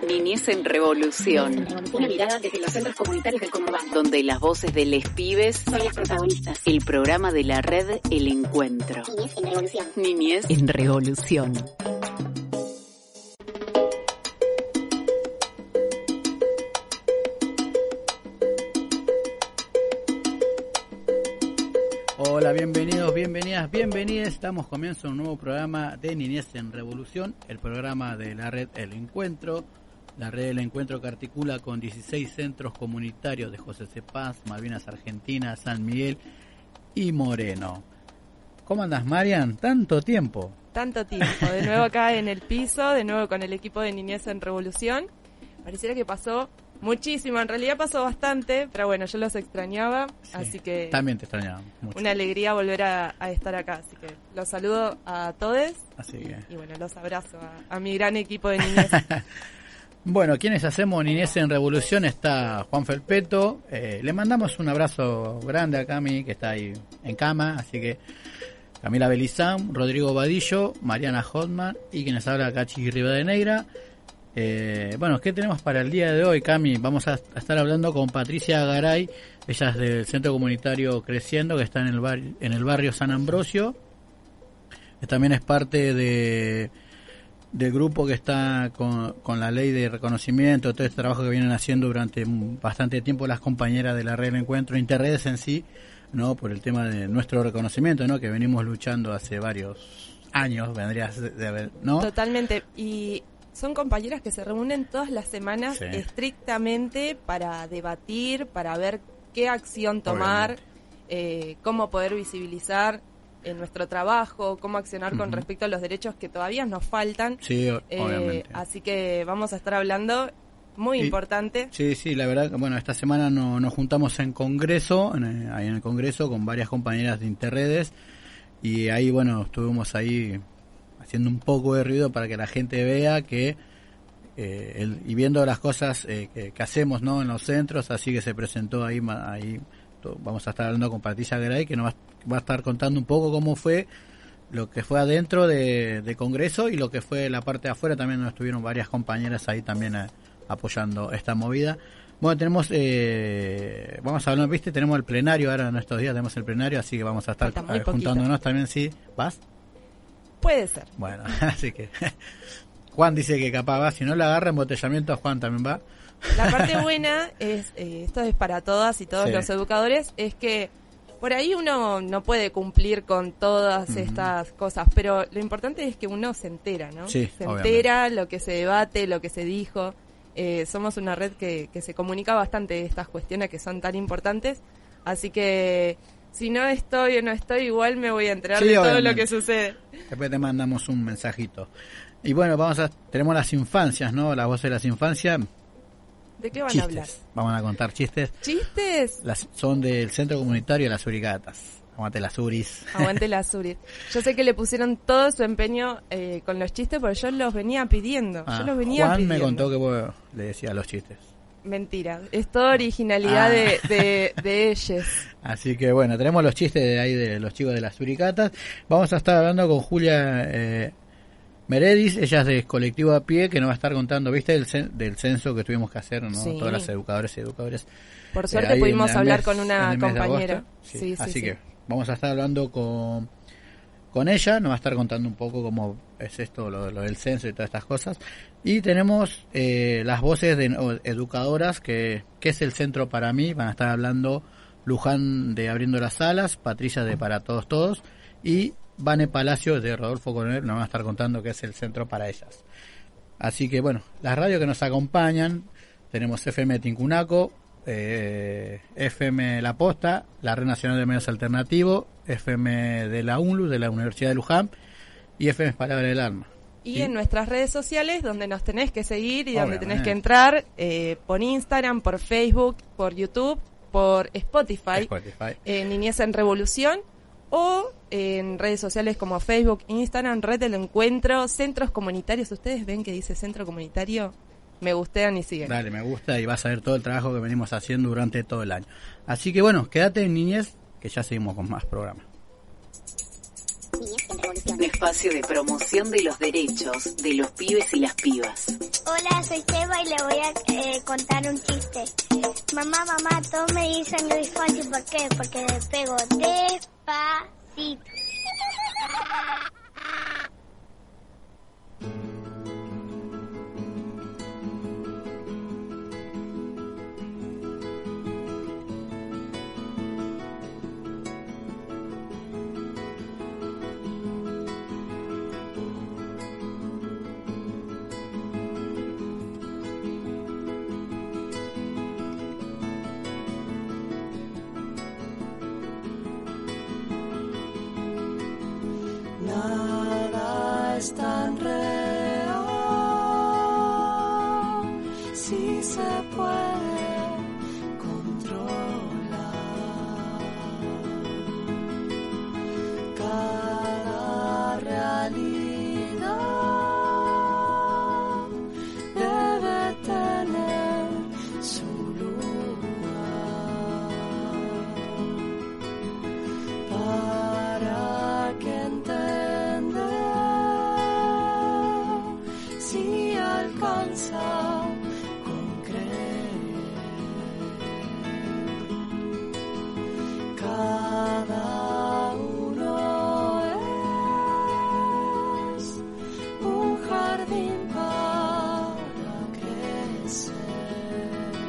Niñez en Revolución. Una mirada desde los centros comunitarios del conurbano. Donde las voces de les pibes son las protagonistas. El programa de la red El Encuentro. Niñez en Revolución. Niñez en Revolución. Hola, bienvenidos, bienvenidas, bienvenidas. Estamos comenzando un nuevo programa de Niñez en Revolución, el programa de la red El Encuentro. La red El Encuentro que articula con 16 centros comunitarios de José C. Paz, Malvinas Argentina, San Miguel y Moreno. ¿Cómo andas, Marian? ¿Tanto tiempo? Tanto tiempo, de nuevo acá en el piso, de nuevo con el equipo de Niñez en Revolución. Pareciera que pasó muchísimo, en realidad pasó bastante, pero bueno, yo los extrañaba, sí, así que... También te extrañaba mucho. Una alegría volver a estar acá, así que los saludo a todos. Así que... Y bueno, los abrazo a mi gran equipo de Niñez. Bueno, quienes hacemos Niñez en Revolución está Juan Felpeto. Le mandamos un abrazo grande a Cami, que está ahí en cama, así que... Camila Belizán, Rodrigo Vadillo, Mariana Hotman y quienes habla acá Chiqui Rivadeneira. Bueno, ¿qué tenemos para el día de hoy, Cami? Vamos a estar hablando con Patricia Garay, ella es del Centro Comunitario Creciendo, que está en el barrio San Ambrosio. También es parte del grupo que está con la ley de reconocimiento, todo este trabajo que vienen haciendo durante bastante tiempo las compañeras de la red del encuentro, Interredes en sí, ¿no? Por el tema de nuestro reconocimiento, ¿no? Que venimos luchando hace varios años, vendrías de haber, ¿no? Totalmente, y son compañeras que se reúnen todas las semanas, sí, estrictamente para debatir, para ver qué acción tomar, cómo poder visibilizar nuestro trabajo, cómo accionar con respecto a los derechos que todavía nos faltan. Sí, obviamente. Así que vamos a estar hablando, muy importante. Sí, la verdad, bueno, esta semana nos juntamos en Congreso, ahí en el Congreso, con varias compañeras de Interredes, y ahí, bueno, estuvimos ahí haciendo un poco de ruido para que la gente vea que y viendo las cosas que hacemos, ¿no? En los centros, así que se presentó ahí vamos a estar hablando con Patricia Garay, que nos va a estar contando un poco cómo fue lo que fue adentro de Congreso y lo que fue la parte de afuera. También nos estuvieron varias compañeras ahí también apoyando esta movida. Bueno, tenemos vamos a hablar, ¿viste? Tenemos el plenario ahora en estos días, tenemos el plenario, así que vamos a estar juntándonos también, ¿sí? ¿Vas? Puede ser. Bueno, así que Juan dice que capaz va, si no le agarra embotellamiento, Juan también va. La parte buena es, esto es para todas y todos los educadores, es que por ahí uno no puede cumplir con todas estas cosas, pero lo importante es que uno se entera, ¿no? Sí, se entera lo que se debate, lo que se dijo. Somos una red que se comunica bastante de estas cuestiones que son tan importantes, así que si no estoy o no estoy, igual me voy a enterar de todo lo que sucede. Después te mandamos un mensajito. Y bueno, tenemos las infancias, ¿no? Las voces de las infancias. ¿De qué van chistes. a hablar? Vamos a contar chistes. ¿Chistes? Son del Centro Comunitario de las Uricatas. Aguante las Uris. Aguante las Uris. Yo sé que le pusieron todo su empeño con los chistes, porque yo los venía pidiendo. Juan me contó que vos le decías los chistes. Mentira, es toda originalidad de ellos. Así que bueno, tenemos los chistes de ahí de los chicos de las Uricatas. Vamos a estar hablando con Julia Meredis, ella es de Colectivo a Pie, que nos va a estar contando, ¿viste? Del censo que tuvimos que hacer, ¿no? Sí. Todas las educadoras y educadores. Por suerte pudimos hablar con una compañera. Sí, así que vamos a estar hablando con ella, nos va a estar contando un poco cómo es esto, lo del censo y todas estas cosas. Y tenemos las voces de educadoras, que es el centro para mí. Van a estar hablando Luján de Abriendo las Alas, Patricia de Para Todos Todos y Vane Palacios de Rodolfo Coronel. Nos van a estar contando qué es el centro para ellas. Así que bueno, las radios que nos acompañan, tenemos FM Tincunaco, FM La Posta, la Red Nacional de Medios Alternativos, FM de la UNLU, de la Universidad de Luján, y FM Palabra del Alma. Y en nuestras redes sociales, donde nos tenés que seguir y donde tenés que entrar, por Instagram, por Facebook, por YouTube, por Spotify. Niñez en Revolución, o en redes sociales como Facebook, Instagram, Red del Encuentro, Centros Comunitarios. Ustedes ven que dice Centro Comunitario, me gustean y siguen. Dale, me gusta, y vas a ver todo el trabajo que venimos haciendo durante todo el año. Así que bueno, quédate en Niñez, que ya seguimos con más programas. Un espacio de promoción de los derechos de los pibes y las pibas. Hola, soy Seba y le voy a contar un chiste. Mamá, todos me dicen Luis Fonsi, ¿por qué? Porque le pego despacito. Nada es tan real si se puede controlar. Cada realidad debe tener su lugar para que si alcanza con creer. Cada uno es un jardín para crecer.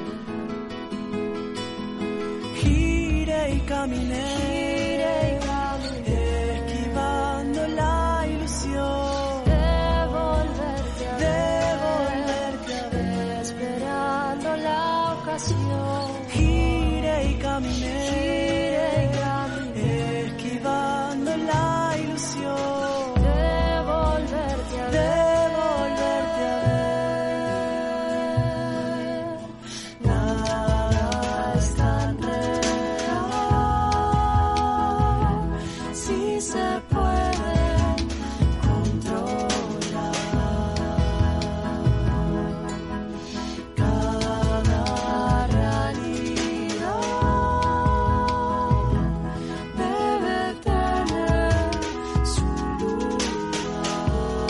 Gire y caminé, esquivando la ilusión. Gire y caminé, esquivando la ilusión de volverte a ver. Nada es tan real si se puede controlar. Cada realidad debe tener su lugar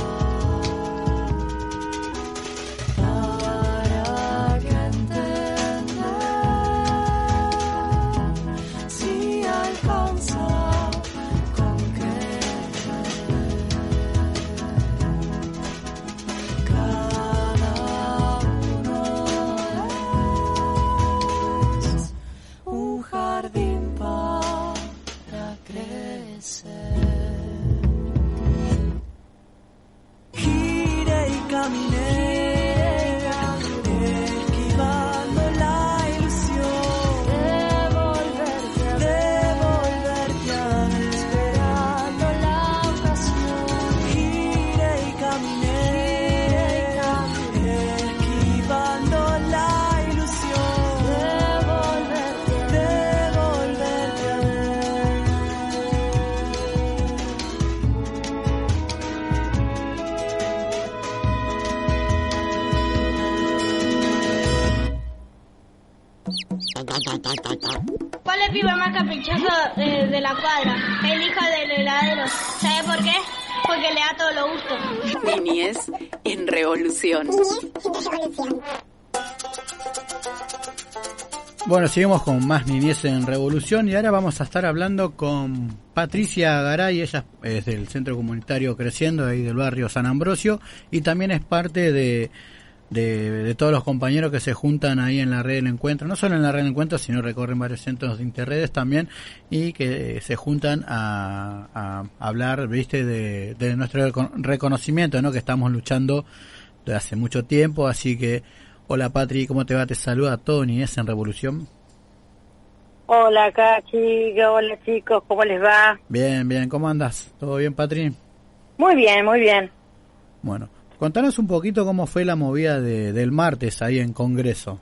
para que entender si alcanza con creer. Cada uno es un jardín para crecer. Gire y caminé, esquivando la ilusión de volverte a ver, esperando la ocasión. Gire y caminé, esquivando la ilusión de volverte a ver. ¿Cuál es el pibe más caprichoso de la cuadra? El hijo del heladero. ¿Sabe por qué? Porque le da todos los gustos. Niñez en revolución. Bueno, seguimos con más Niñez en Revolución y ahora vamos a estar hablando con Patricia Garay. Ella es del Centro Comunitario Creciendo, ahí del barrio San Ambrosio, y también es parte de todos los compañeros que se juntan ahí en la red del encuentro, no solo en la red del encuentro, sino recorren varios centros de interredes también, y que se juntan a hablar, viste, de nuestro reconocimiento, ¿no? Que estamos luchando desde hace mucho tiempo. Así que, hola Patri, ¿cómo te va? Te saluda todo Niñez en Revolución. Hola Cachi, hola chicos, ¿cómo les va? Bien, bien, ¿cómo andas? ¿Todo bien, Patri? Muy bien, muy bien. Bueno, contanos un poquito cómo fue la movida del martes ahí en Congreso.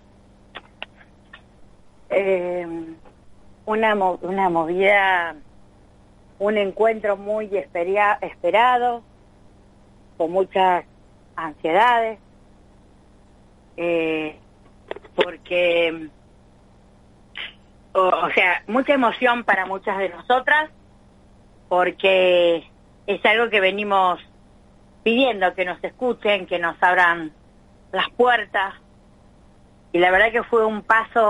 Una movida, un encuentro muy esperado, con muchas ansiedades, porque, o sea, mucha emoción para muchas de nosotras, porque es algo que venimos pidiendo, que nos escuchen, que nos abran las puertas, y la verdad que fue un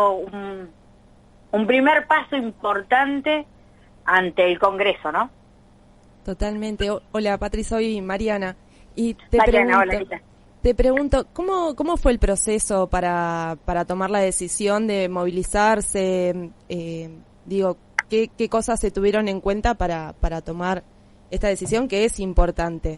primer paso importante ante el Congreso, ¿no? Totalmente. Hola, Patri, soy Mariana. Y te pregunto, ¿cómo fue el proceso para tomar la decisión de movilizarse? ¿Qué cosas se tuvieron en cuenta para tomar esta decisión que es importante?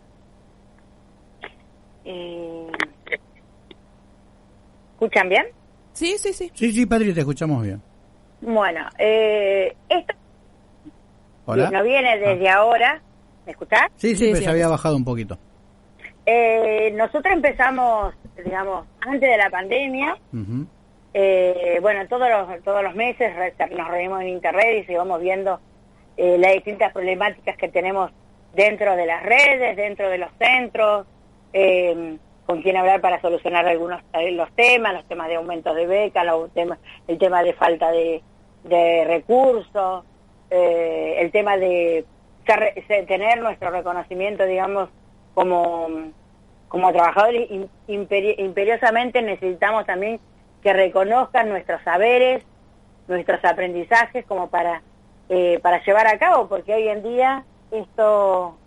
¿Escuchan bien? Sí. Sí, Patri, te escuchamos bien. Bueno, esto ¿Hola? no viene desde ahora. ¿Me escuchás? Sí, pero se había bajado un poquito. Nosotros empezamos, digamos, antes de la pandemia. Uh-huh. Todos los meses nos reunimos en Interred y seguimos viendo las distintas problemáticas que tenemos dentro de las redes, dentro de los centros, con quién hablar para solucionar los temas de aumento de becas, el tema de falta de recursos, el tema de tener nuestro reconocimiento, digamos, como trabajadores. Imperiosamente necesitamos también que reconozcan nuestros saberes, nuestros aprendizajes, como para llevar a cabo, porque hoy en día esto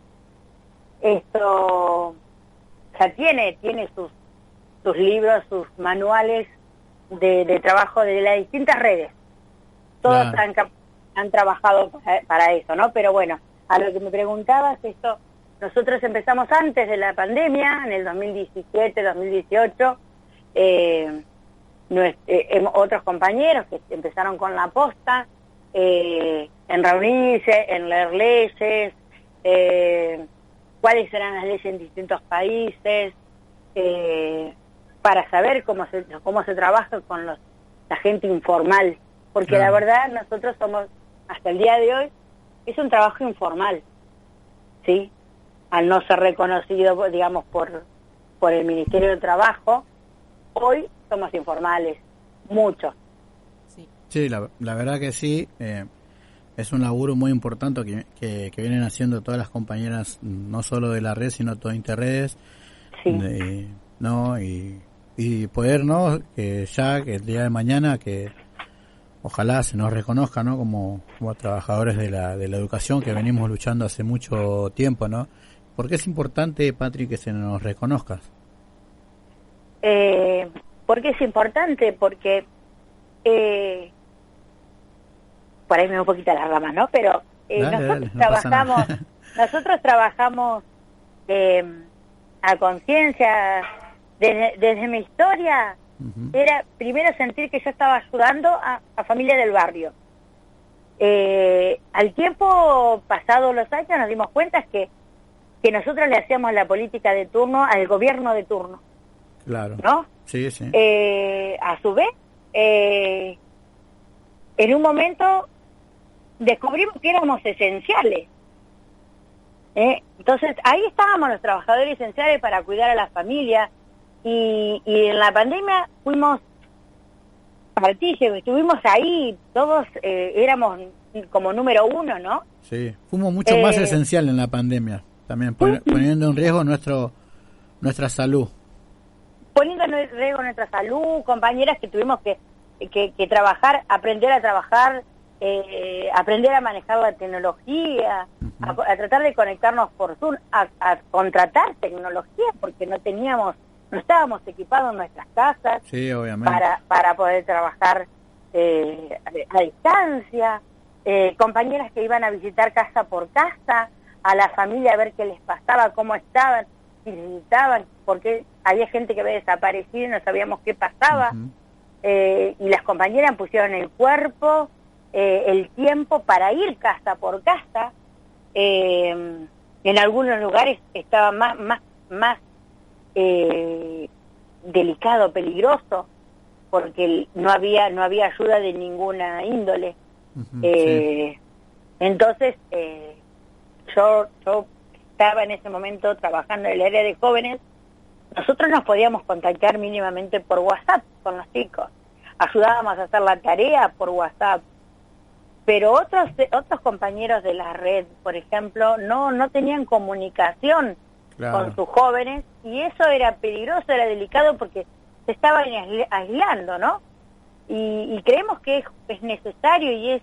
ya tiene sus libros, sus manuales de trabajo de las distintas redes. Todos claro. han trabajado para eso, ¿no? Pero bueno, a lo que me preguntabas, nosotros empezamos antes de la pandemia, en el 2017, 2018, otros compañeros que empezaron con la posta, en reunirse, en leer leyes, cuáles eran las leyes en distintos países, para saber cómo se trabaja con la gente informal, porque claro. La verdad nosotros somos, hasta el día de hoy, es un trabajo informal, ¿sí? Al no ser reconocido, digamos, por el Ministerio de Trabajo, hoy somos informales, muchos. Sí, la verdad que sí, es un laburo muy importante que vienen haciendo todas las compañeras, no solo de la red, sino todo Interredes, sí. ¿No? Y poder, ¿no? Que el día de mañana, que ojalá se nos reconozca, ¿no? Como trabajadores de la educación, que venimos luchando hace mucho tiempo, ¿no? ¿Por qué es importante, Patri, que se nos reconozca? ¿Por qué es importante? Porque por ahí me da un poquito las ramas, ¿no? Pero nosotros trabajamos a conciencia. Desde mi historia, uh-huh. Era primero sentir que yo estaba ayudando a familias del barrio. Al tiempo, pasado los años, nos dimos cuenta que nosotros le hacíamos la política de turno al gobierno de turno. Claro. ¿No? Sí. A su vez, en un momento descubrimos que éramos esenciales. Entonces, ahí estábamos los trabajadores esenciales para cuidar a las familias, y en la pandemia fuimos partícipes, estuvimos ahí, todos éramos como número uno, ¿no? Sí, fuimos mucho más esencial en la pandemia, también poniendo en riesgo nuestra salud. Poniendo en riesgo nuestra salud, compañeras que tuvimos que trabajar, aprender a trabajar, aprender a manejar la tecnología, uh-huh. a tratar de conectarnos por Zoom, a contratar tecnología, porque no estábamos equipados en nuestras casas, sí, obviamente. para poder trabajar a distancia, compañeras que iban a visitar casa por casa a la familia a ver qué les pasaba, cómo estaban, si necesitaban, porque había gente que había desaparecido y no sabíamos qué pasaba, uh-huh. Y las compañeras pusieron el cuerpo, el tiempo para ir casa por casa. En algunos lugares estaba más delicado, peligroso, porque no había ayuda de ninguna índole. Uh-huh, sí. Entonces yo estaba en ese momento trabajando en el área de jóvenes. Nosotros nos podíamos contactar mínimamente por WhatsApp con los chicos, ayudábamos a hacer la tarea por WhatsApp, pero otros compañeros de la red, por ejemplo, no tenían comunicación con sus jóvenes, y eso era peligroso, era delicado porque se estaban aislando, ¿no? Y creemos que es necesario y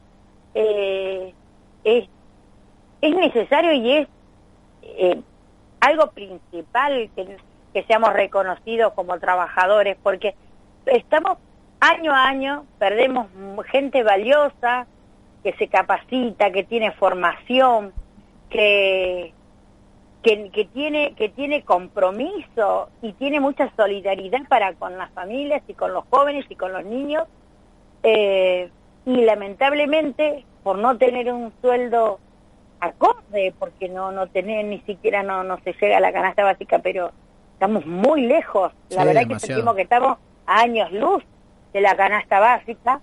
es necesario y es algo principal que seamos reconocidos como trabajadores, porque estamos año a año, perdemos gente valiosa, que se capacita, que tiene formación, que tiene compromiso y tiene mucha solidaridad para con las familias y con los jóvenes y con los niños, y lamentablemente por no tener un sueldo acorde, porque no tener ni siquiera no se llega a la canasta básica, pero estamos muy lejos, la verdad demasiado. Que sentimos que estamos a años luz de la canasta básica,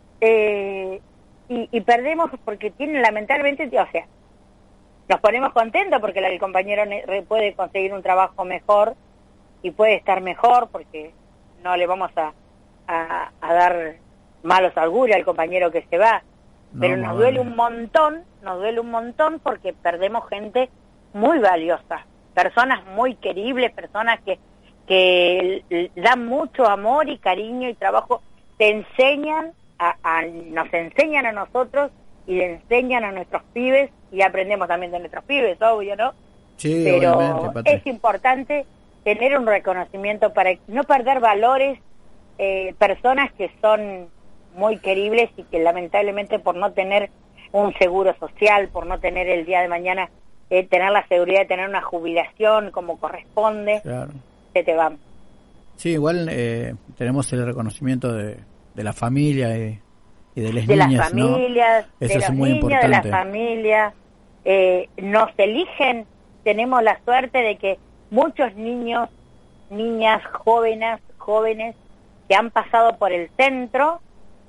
y perdemos porque tienen lamentablemente, o sea, nos ponemos contentos porque el compañero puede conseguir un trabajo mejor y puede estar mejor, porque no le vamos a dar malos augurios al compañero que se va, pero nos duele un montón porque perdemos gente muy valiosa, personas muy queribles, personas que dan mucho amor y cariño y trabajo, te enseñan nos enseñan a nosotros y le enseñan a nuestros pibes, y aprendemos también de nuestros pibes, obvio, ¿no? Sí, pero es importante tener un reconocimiento para no perder valores, personas que son muy queribles y que lamentablemente por no tener un seguro social, por no tener el día de mañana, tener la seguridad de tener una jubilación como corresponde, claro, se te van. Sí, igual tenemos el reconocimiento de la familia y de las niñas, las familias, ¿no? Eso de es los muy niños, importante. de las familias, nos eligen, tenemos la suerte de que muchos niños, niñas, jóvenes que han pasado por el centro,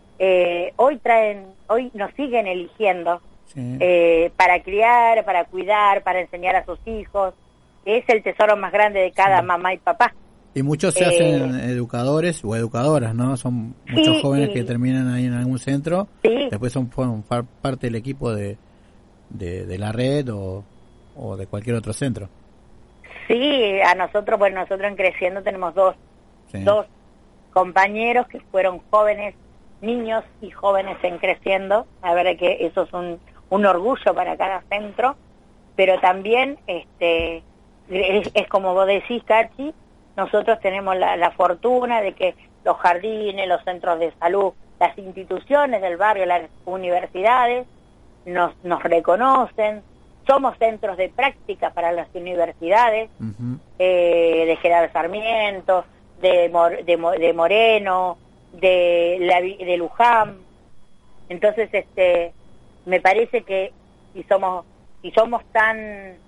hoy nos siguen eligiendo, sí, para criar, para cuidar, para enseñar a sus hijos, que es el tesoro más grande de cada mamá y papá. Y muchos se hacen educadores o educadoras, ¿no? Son muchos jóvenes que terminan ahí en algún centro, después forman parte del equipo de la red o de cualquier otro centro. Sí, nosotros en Creciendo tenemos dos compañeros que fueron jóvenes, niños y jóvenes en Creciendo. La verdad que eso es un orgullo para cada centro, pero también es como vos decís, Cachi, nosotros tenemos la fortuna de que los jardines, los centros de salud, las instituciones del barrio, las universidades nos reconocen. Somos centros de práctica para las universidades, de Gerardo Sarmiento, de Moreno, de Luján. Entonces, me parece que si somos tan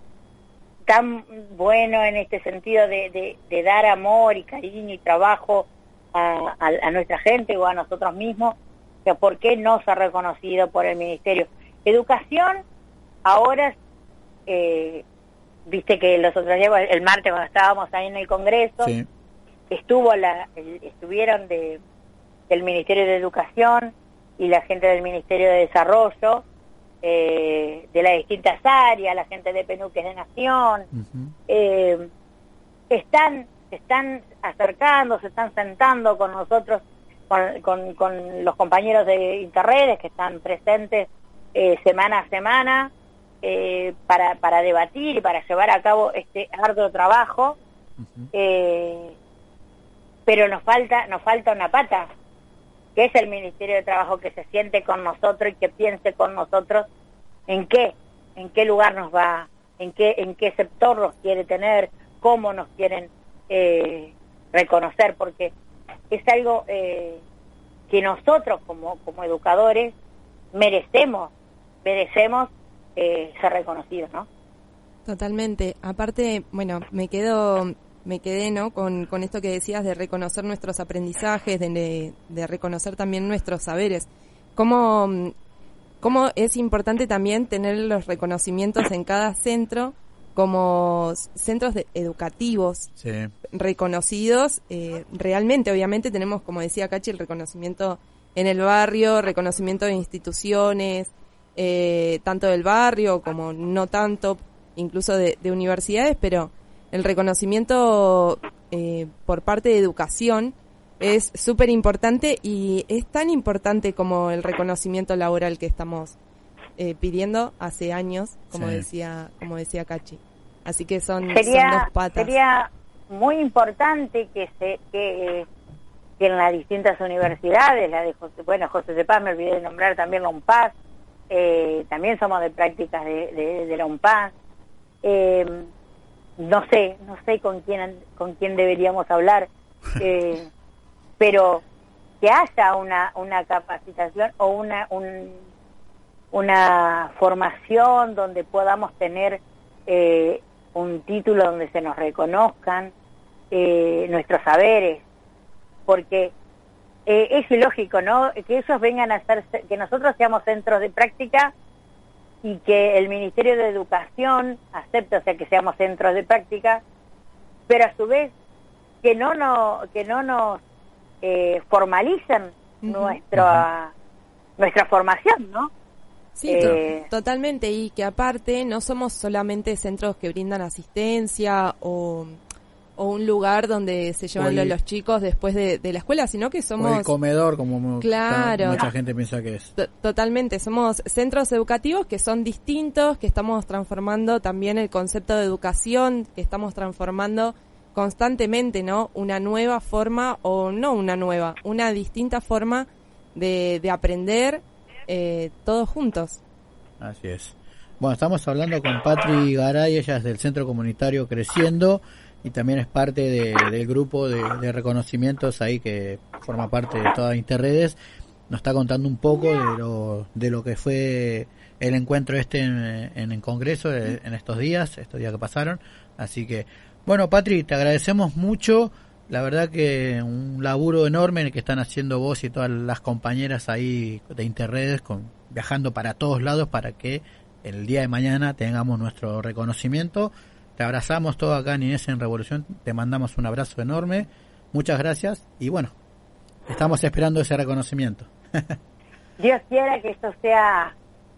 buenos en este sentido de dar amor y cariño y trabajo a nuestra gente o a nosotros mismos, que ¿por qué no se ha reconocido por el Ministerio? Educación, ahora, viste que los otros días, el martes cuando estábamos ahí en el Congreso, sí, estuvieron del Ministerio de Educación y la gente del Ministerio de Desarrollo, de las distintas áreas, la gente de Penuques de Nación, están acercando, se están sentando con nosotros, con los compañeros de Interredes que están presentes semana a semana, para debatir y para llevar a cabo este arduo trabajo, pero nos falta una pata, que es el Ministerio de Trabajo, que se siente con nosotros y que piense con nosotros en qué lugar nos va, en qué sector nos quiere tener, cómo nos quieren reconocer, porque es algo que nosotros como educadores merecemos ser reconocidos, ¿no? Totalmente. Aparte, bueno, me quedé, ¿no? Con esto que decías de reconocer nuestros aprendizajes, de reconocer también nuestros saberes. ¿Cómo es importante también tener los reconocimientos en cada centro como centros educativos, sí, reconocidos? Realmente, obviamente, tenemos, como decía Cachi, el reconocimiento en el barrio, reconocimiento de instituciones, tanto del barrio como no tanto, incluso de universidades, pero el reconocimiento por parte de educación es súper importante y es tan importante como el reconocimiento laboral que estamos pidiendo hace años, como decía Cachi. Así que son dos patas. Sería muy importante que en las distintas universidades, la de José de Paz, me olvidé de nombrar también la UNPAS, también somos de prácticas de la UNPAS. No sé con quién deberíamos hablar, pero que haya una capacitación o una formación donde podamos tener un título donde se nos reconozcan nuestros saberes, porque es ilógico, ¿no?, que ellos vengan a ser, que nosotros seamos centros de práctica y que el Ministerio de Educación acepte, o sea, que seamos centros de práctica, pero a su vez que no nos formalicen nuestra formación, ¿no? Sí, totalmente, y que aparte no somos solamente centros que brindan asistencia o un lugar donde se llevan los chicos después de la escuela, sino que somos... O el comedor, como mucha gente piensa que es. Totalmente, somos centros educativos que son distintos, que estamos transformando también el concepto de educación, que estamos transformando constantemente, ¿no? Una nueva forma, o no una nueva, una distinta forma de aprender todos juntos. Así es. Bueno, estamos hablando con Patri Garay, ella es del Centro Comunitario Creciendo y también es parte del grupo de reconocimientos ahí que forma parte de todas Interredes. Nos está contando un poco de lo que fue el encuentro en el Congreso en estos días que pasaron. Así que, bueno, Patri, te agradecemos mucho. La verdad que un laburo enorme el que están haciendo vos y todas las compañeras ahí de Interredes, viajando para todos lados para que el día de mañana tengamos nuestro reconocimiento. Te abrazamos todo acá en Niñez en Revolución, te mandamos un abrazo enorme, muchas gracias y bueno, estamos esperando ese reconocimiento. Dios quiera que esto sea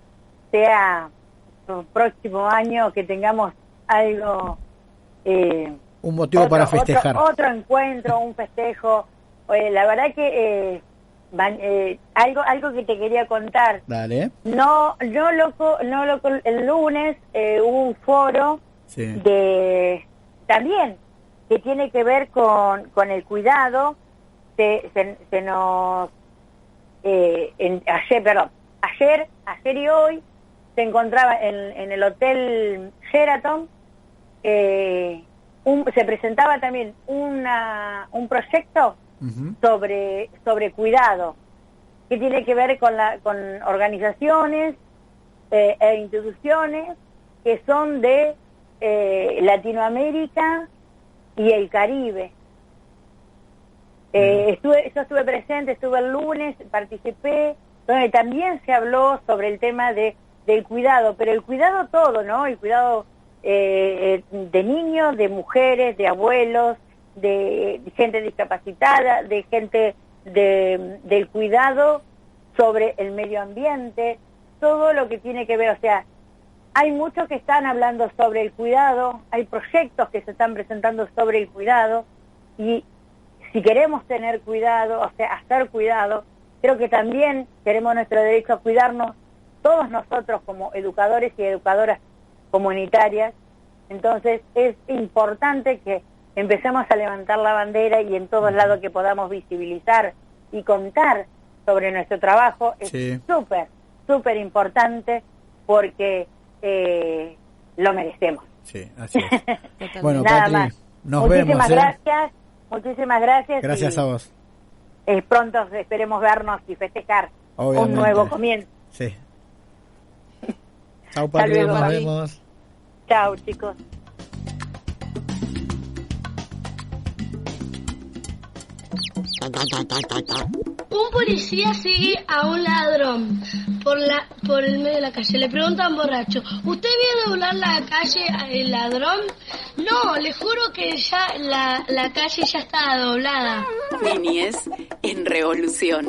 el próximo año, que tengamos algo... un motivo para festejar. Otro encuentro, un festejo. La verdad que algo que te quería contar. Dale. No loco, el lunes hubo un foro también que tiene que ver con el cuidado. Se nos ayer y hoy se encontraba en el Hotel Sheraton. Se presentaba también un proyecto sobre cuidado, que tiene que ver con organizaciones e instituciones que son de Latinoamérica y el Caribe. Yo estuve presente, estuve el lunes, participé, donde también se habló sobre el tema del cuidado, pero el cuidado todo, ¿no? El cuidado de niños, de mujeres, de abuelos, de gente discapacitada, de gente del cuidado sobre el medio ambiente, todo lo que tiene que ver, o sea, hay muchos que están hablando sobre el cuidado, hay proyectos que se están presentando sobre el cuidado, y si queremos tener cuidado, o sea, hacer cuidado, creo que también tenemos nuestro derecho a cuidarnos todos nosotros como educadores y educadoras comunitarias. Entonces es importante que empecemos a levantar la bandera y en todos lados que podamos visibilizar y contar sobre nuestro trabajo. Es súper importante, porque lo merecemos. Sí, así es. Bueno, nada Patri, más. Nos vemos. Muchísimas gracias. Gracias a vos. Pronto esperemos vernos y festejar un nuevo comienzo. Sí. Chau, Patri, nos vemos. Chao, chicos. Un policía sigue a un ladrón por el medio de la calle. Le pregunta a un borracho: ¿usted vio doblar la calle al ladrón? No, le juro que ya la calle ya está doblada. Niñez en Revolución.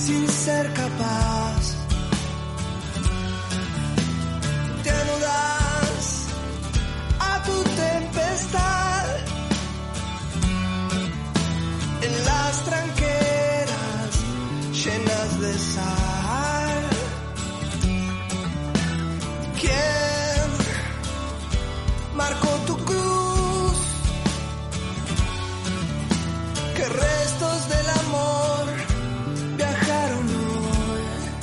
sin ser capaz. Te anudas a tu tempestad en las tranqueras llenas de sal. ¿Quién marcó tu cruz? ¿Qué restos del amor viajaron hoy?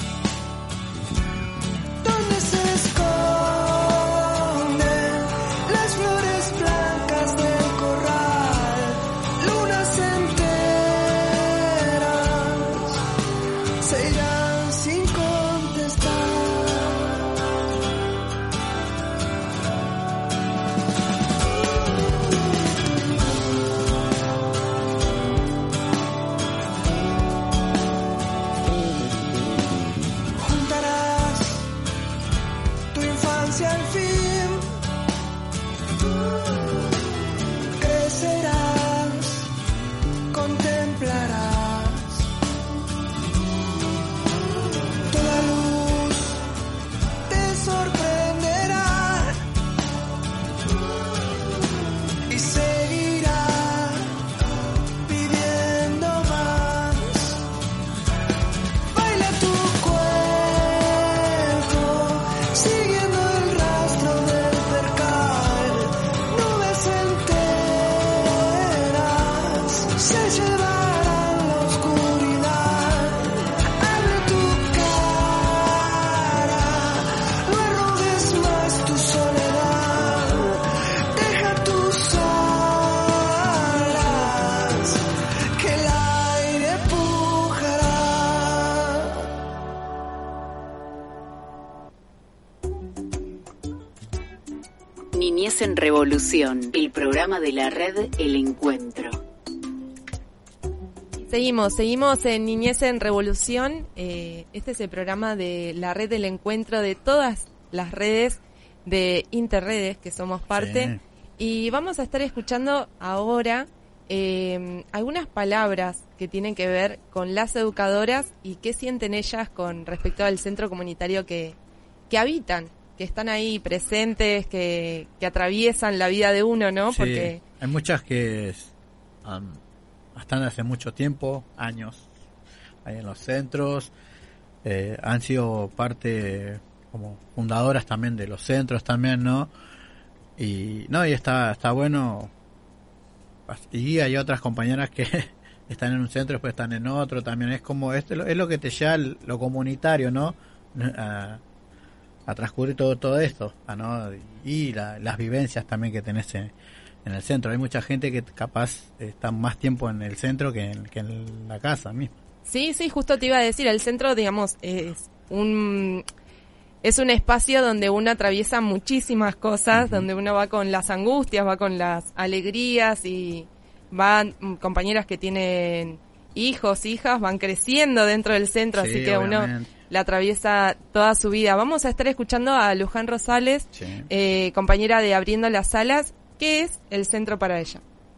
¿Dónde se esconden las flores blancas del corral? Lunas enteras se irán sin contestar. Al fin crecerás, contemplarás toda luz, te sorprenderá y seguirá pidiendo más. Baila tu cuerpo, siguiendo se llevarán la oscuridad. Abre tu cara, no arrugues más tu soledad. Deja tus alas, que el aire pujará. Niñez en Revolución, el programa de la red El Encuentro. Seguimos en Niñez en Revolución. Este es el programa de la red del encuentro de todas las redes de Interredes que somos parte. Sí. Y vamos a estar escuchando ahora algunas palabras que tienen que ver con las educadoras y qué sienten ellas con respecto al centro comunitario que habitan, que están ahí presentes, que atraviesan la vida de uno, ¿no? Sí, porque hay muchas que están hace mucho tiempo, años, ahí en los centros, han sido parte como fundadoras también de los centros también, ¿no? Y está bueno. Y hay otras compañeras que están en un centro, después están en otro, también es como, es lo que te lleva lo comunitario, ¿no? A transcurrir todo esto, ¿no? Y las vivencias también que tenés en el centro. Hay mucha gente que capaz está más tiempo en el centro que en la casa misma. Sí, justo te iba a decir, el centro, digamos, es un espacio donde uno atraviesa muchísimas cosas, donde uno va con las angustias, va con las alegrías, y van compañeras que tienen hijos, hijas, van creciendo dentro del centro, así que obviamente uno la atraviesa toda su vida. Vamos a estar escuchando a Luján Rosales, compañera de Abriendo las Salas. ¿Qué es el centro para ella?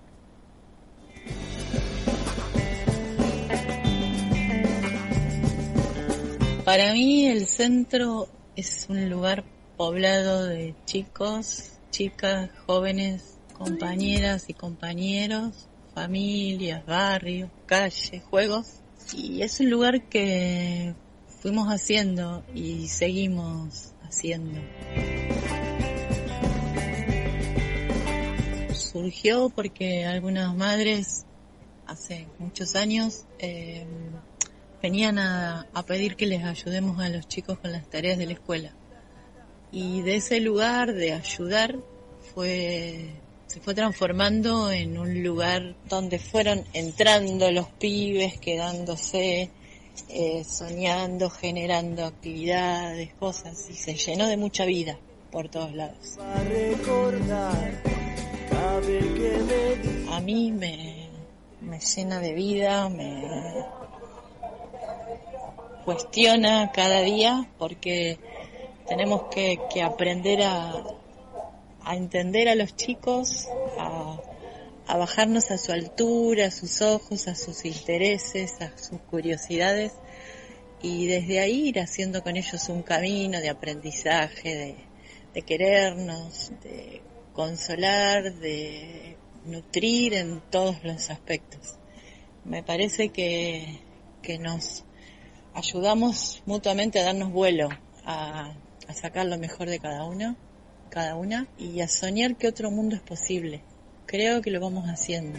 Para mí el centro es un lugar poblado de chicos, chicas, jóvenes, compañeras y compañeros, familias, barrios, calles, juegos. Y es un lugar que fuimos haciendo y seguimos haciendo. Surgió porque algunas madres hace muchos años venían a pedir que les ayudemos a los chicos con las tareas de la escuela. Y de ese lugar de ayudar se fue transformando en un lugar donde fueron entrando los pibes, quedándose, soñando, generando actividades, cosas, y se llenó de mucha vida por todos lados. A mí me llena de vida, me cuestiona cada día, porque tenemos que aprender a entender a los chicos, a bajarnos a su altura, a sus ojos, a sus intereses, a sus curiosidades, y desde ahí ir haciendo con ellos un camino de aprendizaje, de querernos, de consolar, de nutrir en todos los aspectos. Me parece que nos ayudamos mutuamente a darnos vuelo, a sacar lo mejor de cada una, y a soñar que otro mundo es posible. Creo que lo vamos haciendo.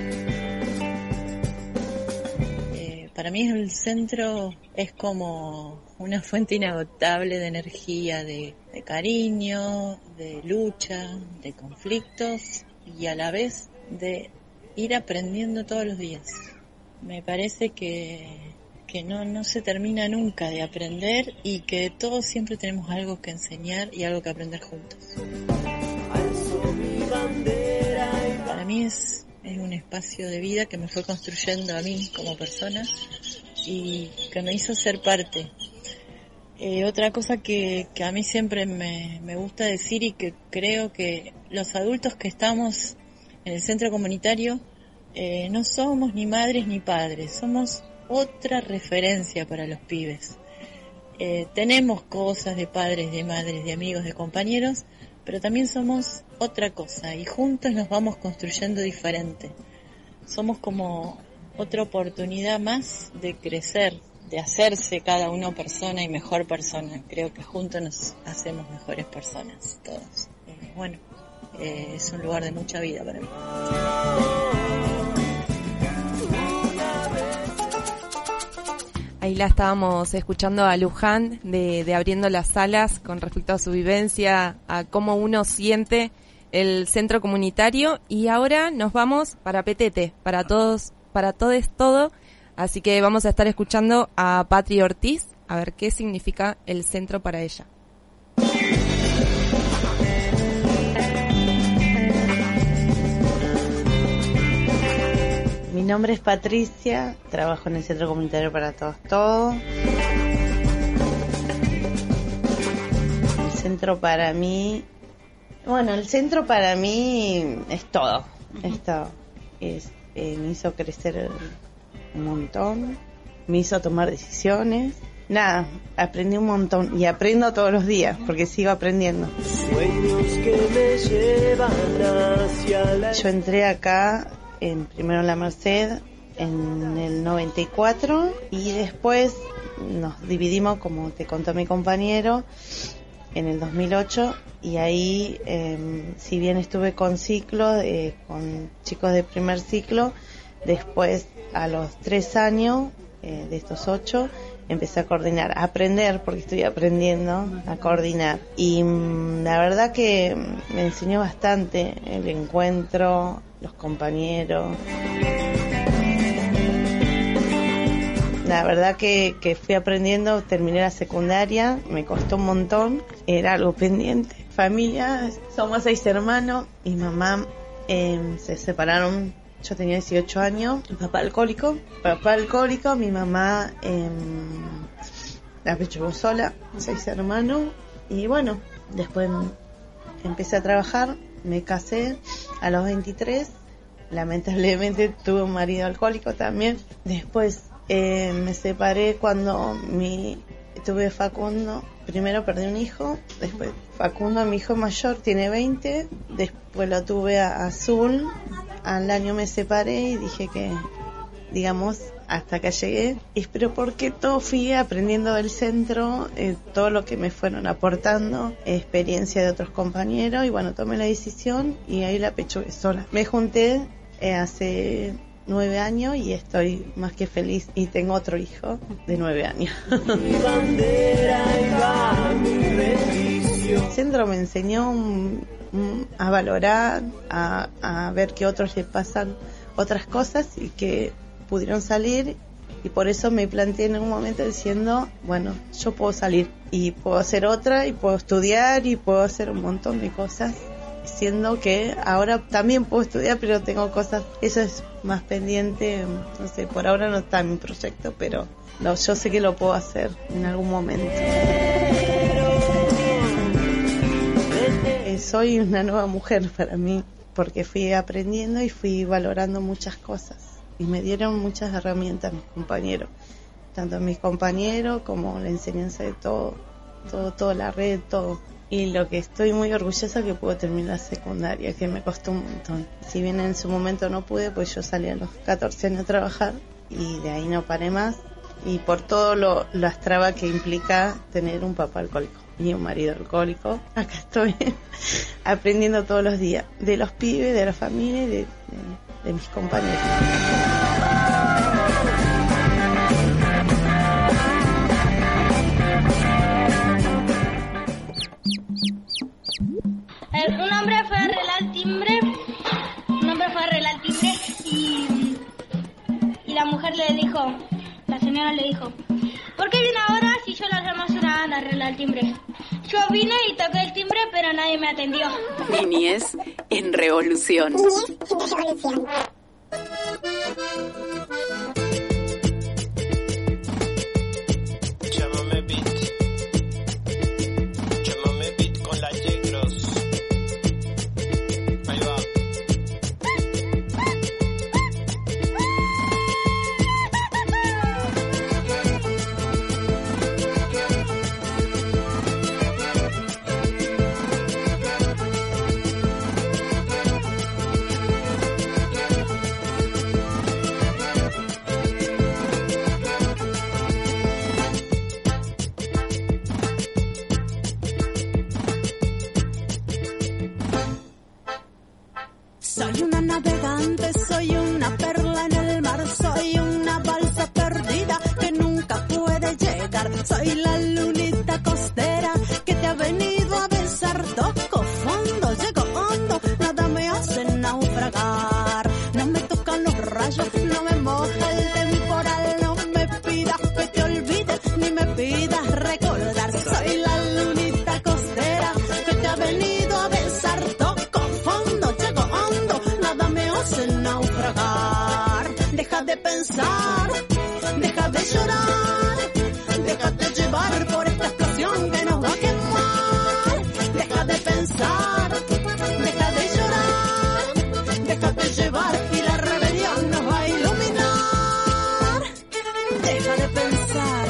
Para mí el centro es como una fuente inagotable de energía, de cariño, de lucha, de conflictos y a la vez de ir aprendiendo todos los días. Me parece que no se termina nunca de aprender y que todos siempre tenemos algo que enseñar y algo que aprender juntos. Para mí es un espacio de vida que me fue construyendo a mí como persona y que me hizo ser parte. Otra cosa que a mí siempre me gusta decir y que creo que los adultos que estamos en el centro comunitario no somos ni madres ni padres, somos otra referencia para los pibes. Tenemos cosas de padres, de madres, de amigos, de compañeros, pero también somos otra cosa y juntos nos vamos construyendo diferente. Somos como otra oportunidad más de crecer, de hacerse cada uno persona y mejor persona. Creo que juntos nos hacemos mejores personas, todos. Es un lugar de mucha vida para mí. Ahí la estábamos escuchando a Luján de Abriendo las Alas con respecto a su vivencia, a cómo uno siente el centro comunitario, y ahora nos vamos para Petete, para todos, para todes todo, así que vamos a estar escuchando a Patri Ortiz a ver qué significa el centro para ella. Mi nombre es Patricia, trabajo en el Centro Comunitario para Todos Todo. El centro para mí es todo. Esto me hizo crecer un montón, me hizo tomar decisiones. Nada, aprendí un montón y aprendo todos los días porque sigo aprendiendo. Sueños que me llevan hacia Yo entré acá primero en la Merced en el 94 y después nos dividimos, como te contó mi compañero, en el 2008, y ahí si bien estuve con ciclo, con chicos de primer ciclo, después a los 3 años de estos 8 empecé a coordinar, a aprender, porque estoy aprendiendo a coordinar, y la verdad que me enseñó bastante el encuentro, los compañeros. La verdad que fui aprendiendo, terminé la secundaria, me costó un montón, era algo pendiente. Familia, somos 6 hermanos, mi mamá se separaron, yo tenía 18 años, mi papá alcohólico, mi mamá la pechugó sola, 6 hermanos, y bueno, después empecé a trabajar, me casé a los 23, lamentablemente tuve un marido alcohólico también. Después me separé cuando tuve Facundo. Primero perdí un hijo, después Facundo, mi hijo mayor, tiene 20, después lo tuve a Azul, al año me separé y dije que, digamos, hasta acá llegué. Pero porque todo fui aprendiendo del centro, todo lo que me fueron aportando, experiencia de otros compañeros, y bueno, tomé la decisión y ahí la pechugué sola. Me junté hace 9 años y estoy más que feliz, y tengo otro hijo de 9 años. El centro me enseñó a valorar, a ver que otros les pasan otras cosas y que pudieron salir, y por eso me planteé en un momento diciendo, bueno, yo puedo salir y puedo hacer otra y puedo estudiar y puedo hacer un montón de cosas, siendo que ahora también puedo estudiar, pero tengo cosas, eso es más pendiente, no sé, por ahora no está en mi proyecto, pero yo sé que lo puedo hacer en algún momento. Soy una nueva mujer para mí, porque fui aprendiendo y fui valorando muchas cosas, y me dieron muchas herramientas mis compañeros. tanto en mis compañeros como la enseñanza de toda la red, todo. Y lo que estoy muy orgullosa que puedo terminar la secundaria, que me costó un montón. Si bien en su momento no pude, pues yo salí a los 14 años a trabajar y de ahí no paré más. Y por todo las trabas que implica tener un papá alcohólico y un marido alcohólico, acá estoy aprendiendo todos los días de los pibes, de la familia y de mis compañeros. Un hombre fue a arreglar el timbre. Y la mujer la señora le dijo, ¿por qué viene ahora si yo las demás una van a arreglar el timbre? Yo vine y toqué el timbre, pero nadie me atendió. Niñez en revolución. Soy una navegante, soy una perla en el mar, soy una balsa perdida que nunca puede llegar. Soy la lunita costera que te ha venido a besar. Toco fondo, llego hondo, nada me hace naufragar. No me tocan los rayos, no me moja el temporal. No me pidas que te olvides, ni me pidas recordar. Soy la lunita costera que te ha venido a besar. Toco fondo, llego hondo, nada me hace naufragar. Deja de pensar, deja de llorar, déjate llevar por esta explosión que nos va a quemar. Deja de pensar, deja de llorar, déjate llevar y la rebelión nos va a iluminar. Deja de pensar.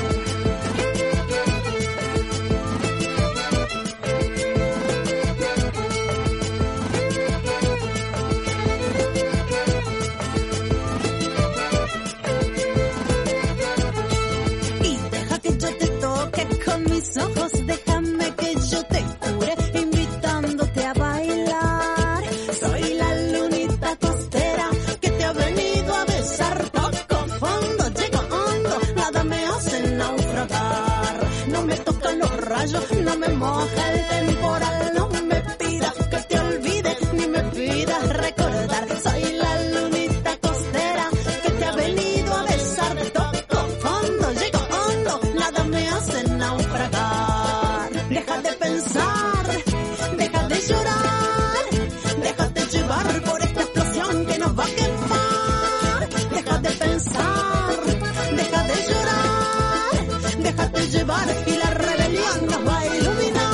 Mis ojos, déjame que yo te cure, invitándote a bailar. Soy la lunita costera que te ha venido a besar. Toco fondo, llego hondo, nada me hace naufragar. No me tocan los rayos, no me moja el temporal. No me pidas que te olvide, ni me pidas recordar. Soy la lunita costera que te ha venido a besar. Toco fondo, llego hondo, nada me hace naufragar. Deja de pensar, deja de llorar, déjate llevar por esta explosión que nos va a quemar. Deja de pensar, deja de llorar, déjate llevar y la rebelión nos va a iluminar.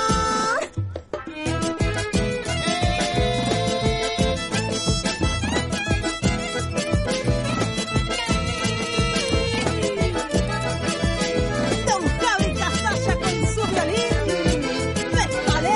Don Javi Casalla con su violín, ¡Vale!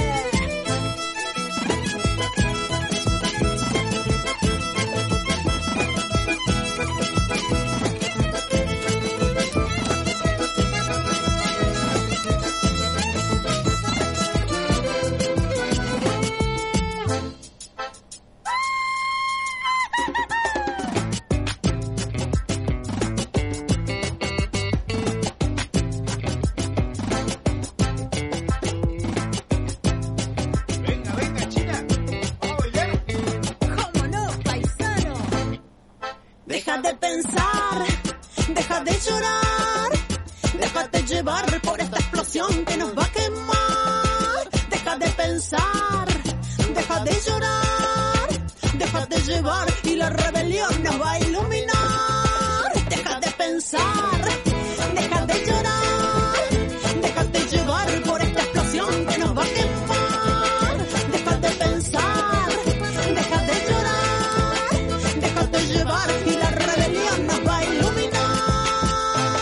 ¿Cómo no, paisano? Deja de pensar, deja de llorar, déjate llevar por esta explosión que nos va a quemar. Deja de pensar, deja de llorar, déjate llevar y la rebelión nos va a iluminar. Deja de pensar, deja de llorar, déjate llevar por esta explosión que nos va a quemar. Deja de pensar, deja de llorar, déjate llevar y la rebelión nos va a iluminar.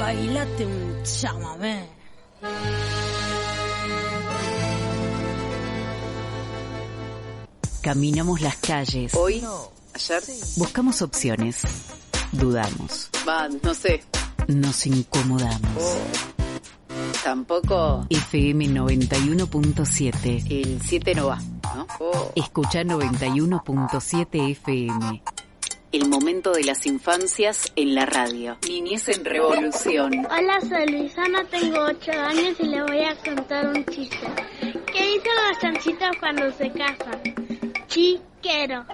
bailate un chamamé. Caminamos las calles. Hoy, ayer. Buscamos opciones. Dudamos. No sé. Nos incomodamos. Tampoco. FM 91.7. El 7 no va, ¿no? Escucha 91.7 FM. El momento de las infancias en la radio. Niñez en revolución. Hola, soy Luisana, tengo 8 años y le voy a contar un chiste. ¿Qué dicen los chanchitos cuando se casan? Chiquero.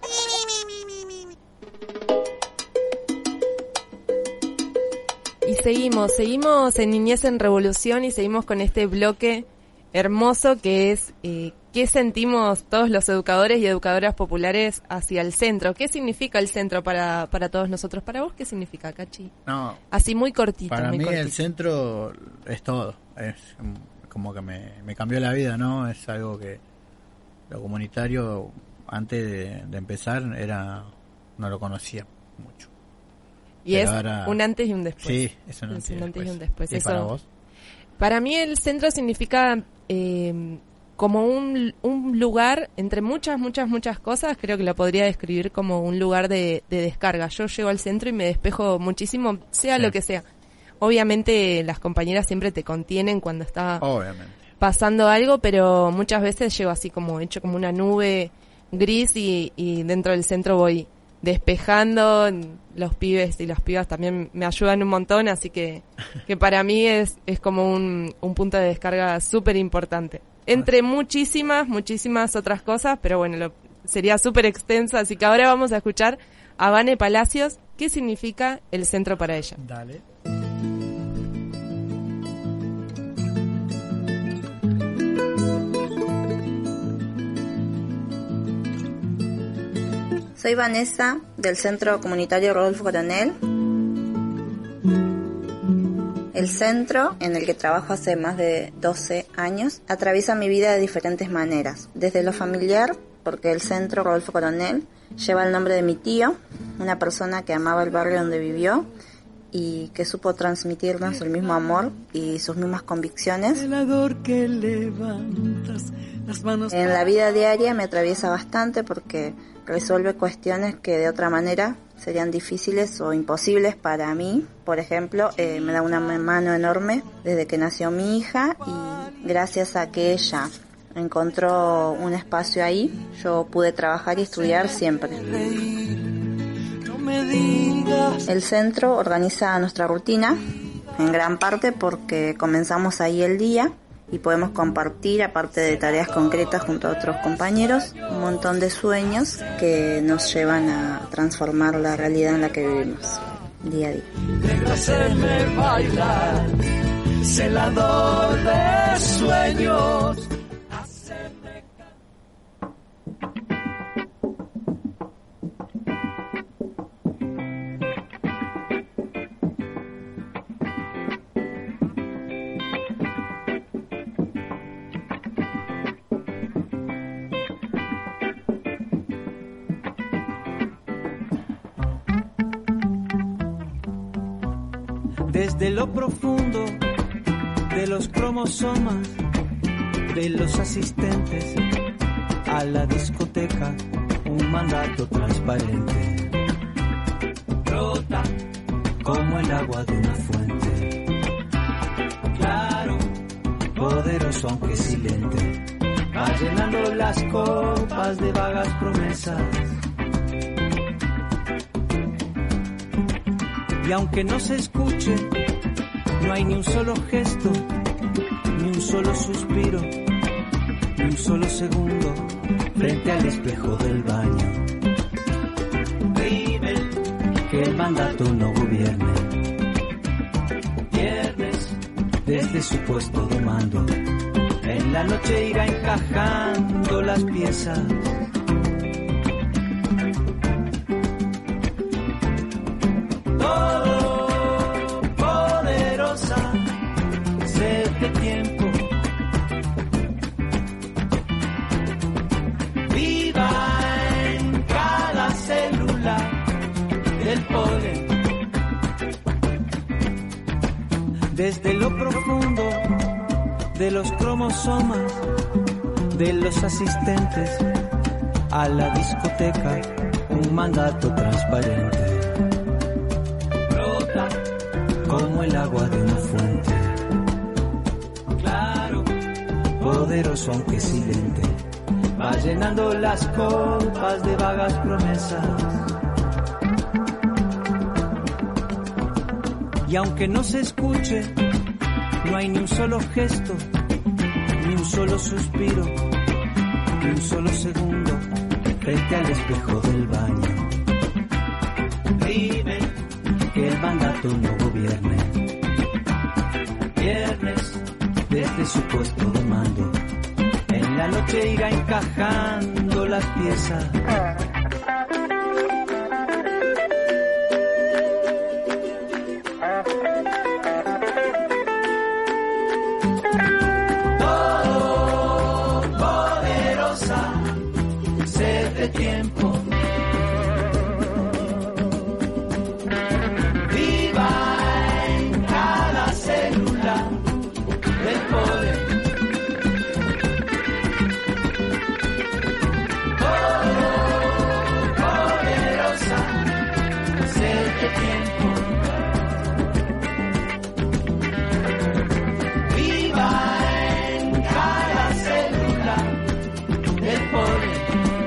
Y seguimos en Niñez en Revolución y seguimos con este bloque hermoso que es ¿qué sentimos todos los educadores y educadoras populares hacia el centro? ¿Qué significa el centro para todos nosotros? ¿Para vos qué significa, Cachi? No, así muy cortito. Para muy mí cortito. el centro es todo, es como que me cambió la vida, ¿no? Es algo que lo comunitario antes de empezar no lo conocía mucho. Y pero es ahora, un antes y un después. Sí, es un antes y un después. ¿Y eso, para vos? Para mí el centro significa como un lugar, entre muchas cosas, creo que lo podría describir como un lugar de descarga. Yo llego al centro y me despejo muchísimo, sea lo que sea. Obviamente las compañeras siempre te contienen cuando está pasando algo, pero muchas veces llego así como hecho como una nube gris y dentro del centro voy despejando. Los pibes y las pibas también me ayudan un montón, así que para mí es como un punto de descarga súper importante. Entre muchísimas otras cosas, pero bueno, sería súper extenso, así que ahora vamos a escuchar a Vane Palacios, ¿qué significa el centro para ella? Dale. Soy Vanessa, del Centro Comunitario Rodolfo Coronel. El centro, en el que trabajo hace más de 12 años, atraviesa mi vida de diferentes maneras. Desde lo familiar, porque el Centro Rodolfo Coronel lleva el nombre de mi tío, una persona que amaba el barrio donde vivió y que supo transmitirnos el mismo amor y sus mismas convicciones. En la vida diaria me atraviesa bastante porque resuelve cuestiones que de otra manera serían difíciles o imposibles para mí. Por ejemplo, me da una mano enorme desde que nació mi hija y gracias a que ella encontró un espacio ahí, yo pude trabajar y estudiar siempre. El centro organiza nuestra rutina en gran parte porque comenzamos ahí el día y podemos compartir, aparte de tareas concretas junto a otros compañeros, un montón de sueños que nos llevan a transformar la realidad en la que vivimos día a día. Negro hacerme bailar, celador de sueños. Desde lo profundo de los cromosomas de los asistentes a la discoteca, un mandato transparente brota como el agua de una fuente, claro, poderoso aunque silente, va llenando las copas de vagas promesas. Y aunque no se escuche, no hay ni un solo gesto, ni un solo suspiro, ni un solo segundo frente al espejo del baño. Vive que el mandato no gobierne. Viernes desde su puesto de mando, en la noche irá encajando las piezas. desde lo profundo de los cromosomas de los asistentes a la discoteca, un mandato transparente brota como el agua de una fuente, claro, poderoso aunque silente, va llenando las copas de vagas promesas. Y aunque no se escuche, no hay ni un solo gesto, ni un solo suspiro, ni un solo segundo frente al espejo del baño. Vive que el mandato no gobierne. Viernes desde su puesto de mando, en la noche irá encajando las piezas. Tiempo. Viva en cada célula del poder. Oh, poderosa, sed de tiempo. Viva en cada célula del poder.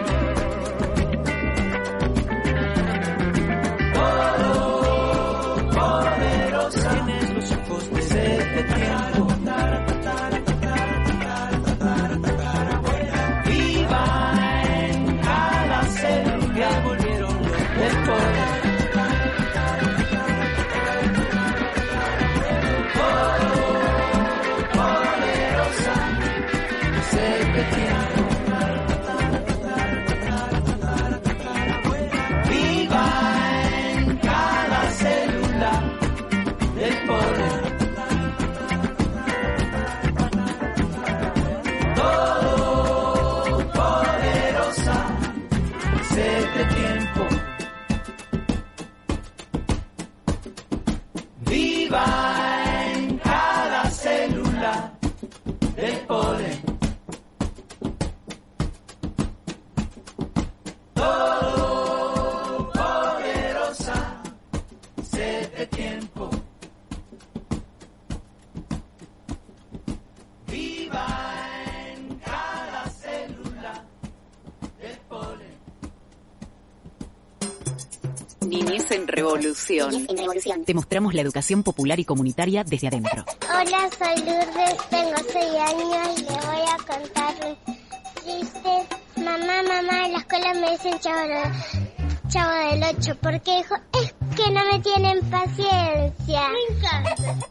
Niñez en Revolución. Te mostramos la educación popular y comunitaria desde adentro. Hola, soy Lourdes, tengo 6 años y le voy a contar chistes. Mamá, en la escuela me dicen chavo del 8, porque dijo, es que no me tienen paciencia. Me encanta.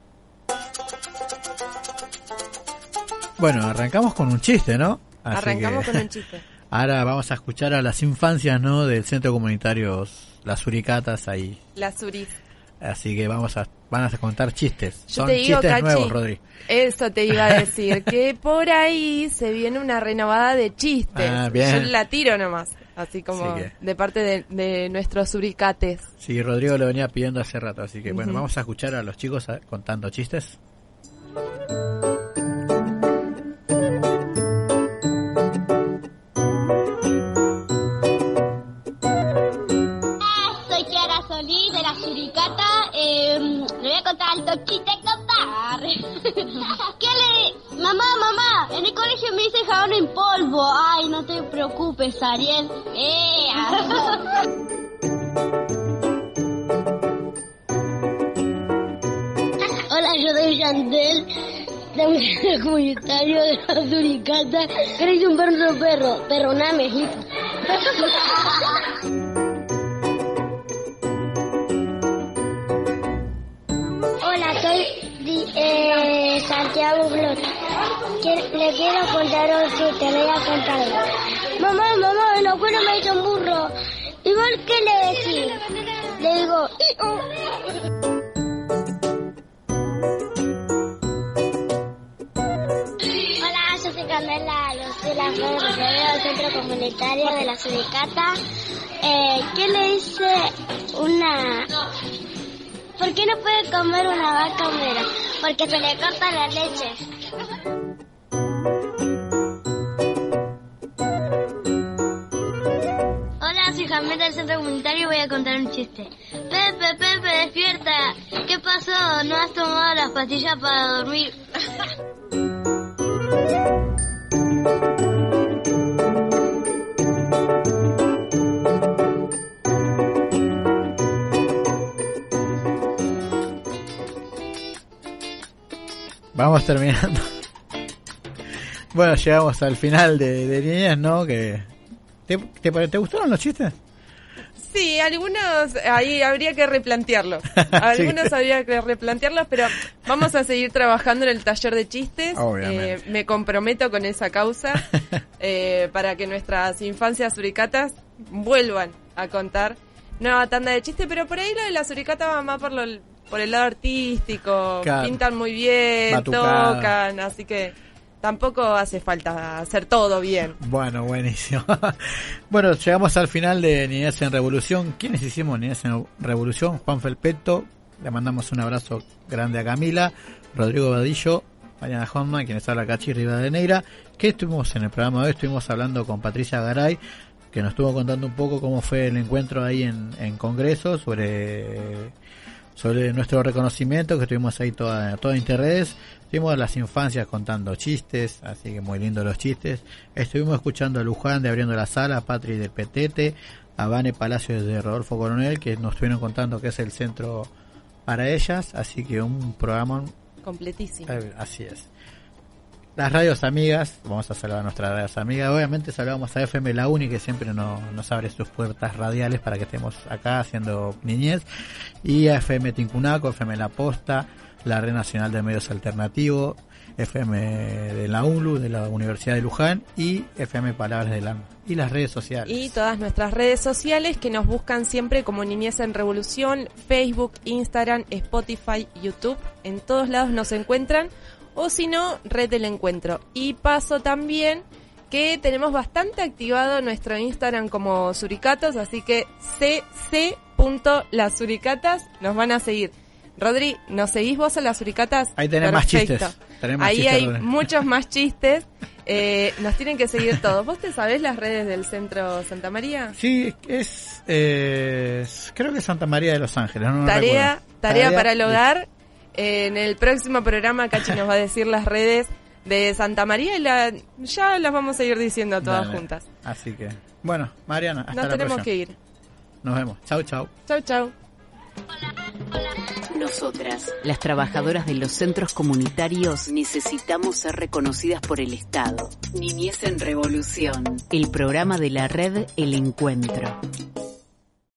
Bueno, arrancamos con un chiste, ¿no? Arrancamos con un chiste. Ahora vamos a escuchar a las infancias, ¿no? Del Centro Comunitario Las Suricatas ahí. Las Suris. Así que van a contar chistes. Yo Son te digo, chistes Cachi, nuevos, Rodri. Eso te iba a decir, que por ahí se viene una renovada de chistes. Ah, bien. Yo la tiro nomás, así como de parte de nuestros suricates. Sí, Rodrigo lo venía pidiendo hace rato, así que bueno, vamos a escuchar a los chicos contando chistes. De la suricata, le voy a contar alto chiste contar. Mamá, en el colegio me dicen jabón en polvo. Ay, no te preocupes, Ariel. Hola, yo soy Yandel, del Centro Comunitario de la Suricata. ¿Queréis un perro? Perdóname, hijito. Hola, soy Santiago Blot. Le quiero contar un chiste, le voy a contar. Mamá, en la escuela me hizo un burro. ¿Y vos qué le decís? Le digo, Hola, yo soy Candela Lucila Flores, del Centro Comunitario de la Suricata. ¿Qué le dice ¿Por qué no puede comer una vaca homera? Porque se le corta la leche. Hola, soy Jameta del Centro Comunitario y voy a contar un chiste. Pepe, despierta. ¿Qué pasó? ¿No has tomado las pastillas para dormir? Vamos terminando. Bueno, llegamos al final de Niñez, ¿no? ¿Te gustaron los chistes? Sí, algunos ahí habría que replantearlos. Algunos sí. Habría que replantearlos, pero vamos a seguir trabajando en el taller de chistes. Me comprometo con esa causa para que nuestras infancias suricatas vuelvan a contar nueva tanda de chistes, pero por ahí lo de la suricata va más por el lado artístico, claro. Pintan muy bien, batucada. Tocan, así que tampoco hace falta hacer todo bien. Bueno, buenísimo. Bueno, llegamos al final de Niñez en Revolución. ¿Quiénes hicimos Niñez en Revolución? Juan Felpeto, le mandamos un abrazo grande a Camila, Rodrigo Badillo, Mariana Hoffman, quienes habla Cachi Rivadeneira. ¿Qué estuvimos en el programa de hoy? Estuvimos hablando con Patricia Garay, que nos estuvo contando un poco cómo fue el encuentro ahí en Congreso, sobre nuestro reconocimiento, que estuvimos ahí toda Interredes. Estuvimos las infancias contando chistes, así que muy lindos los chistes. Estuvimos escuchando a Luján de Abriendo la Sala, a Patri de Petete, a Vane Palacios de Rodolfo Coronel, que nos estuvieron contando que es el centro para ellas, así que un programa completísimo. Así es. Las radios amigas, vamos a saludar a nuestras radios amigas. Obviamente saludamos a FM La Uni, que siempre nos abre sus puertas radiales para que estemos acá haciendo Niñez, y a FM Tincunaco, FM La Posta, la Red Nacional de Medios Alternativos, FM de la UNLU, de la Universidad de Luján, y FM Palabras del Alma, y las redes sociales. Y todas nuestras redes sociales, que nos buscan siempre como Niñez en Revolución, Facebook, Instagram, Spotify, YouTube, en todos lados nos encuentran. O si no, Red del Encuentro. Y paso también que tenemos bastante activado nuestro Instagram como Suricatos, así que cc.lasuricatas nos van a seguir. Rodri, ¿nos seguís vos a las Suricatas? Ahí tenemos más chistes. Ahí hay muchos más chistes. Nos tienen que seguir todos. ¿Vos te sabés las redes del Centro Santa María? Sí, creo que es Santa María de los Ángeles. No tarea para el hogar. En el próximo programa Cachi nos va a decir las redes de Santa María y ya las vamos a ir diciendo todas juntas. Así que, bueno, Mariana, hasta la próxima. Nos tenemos que ir. Nos vemos. Chau, chau. Chau, chau. Nosotras, las trabajadoras de los centros comunitarios, necesitamos ser reconocidas por el Estado. Niñez en Revolución, el programa de la red El Encuentro.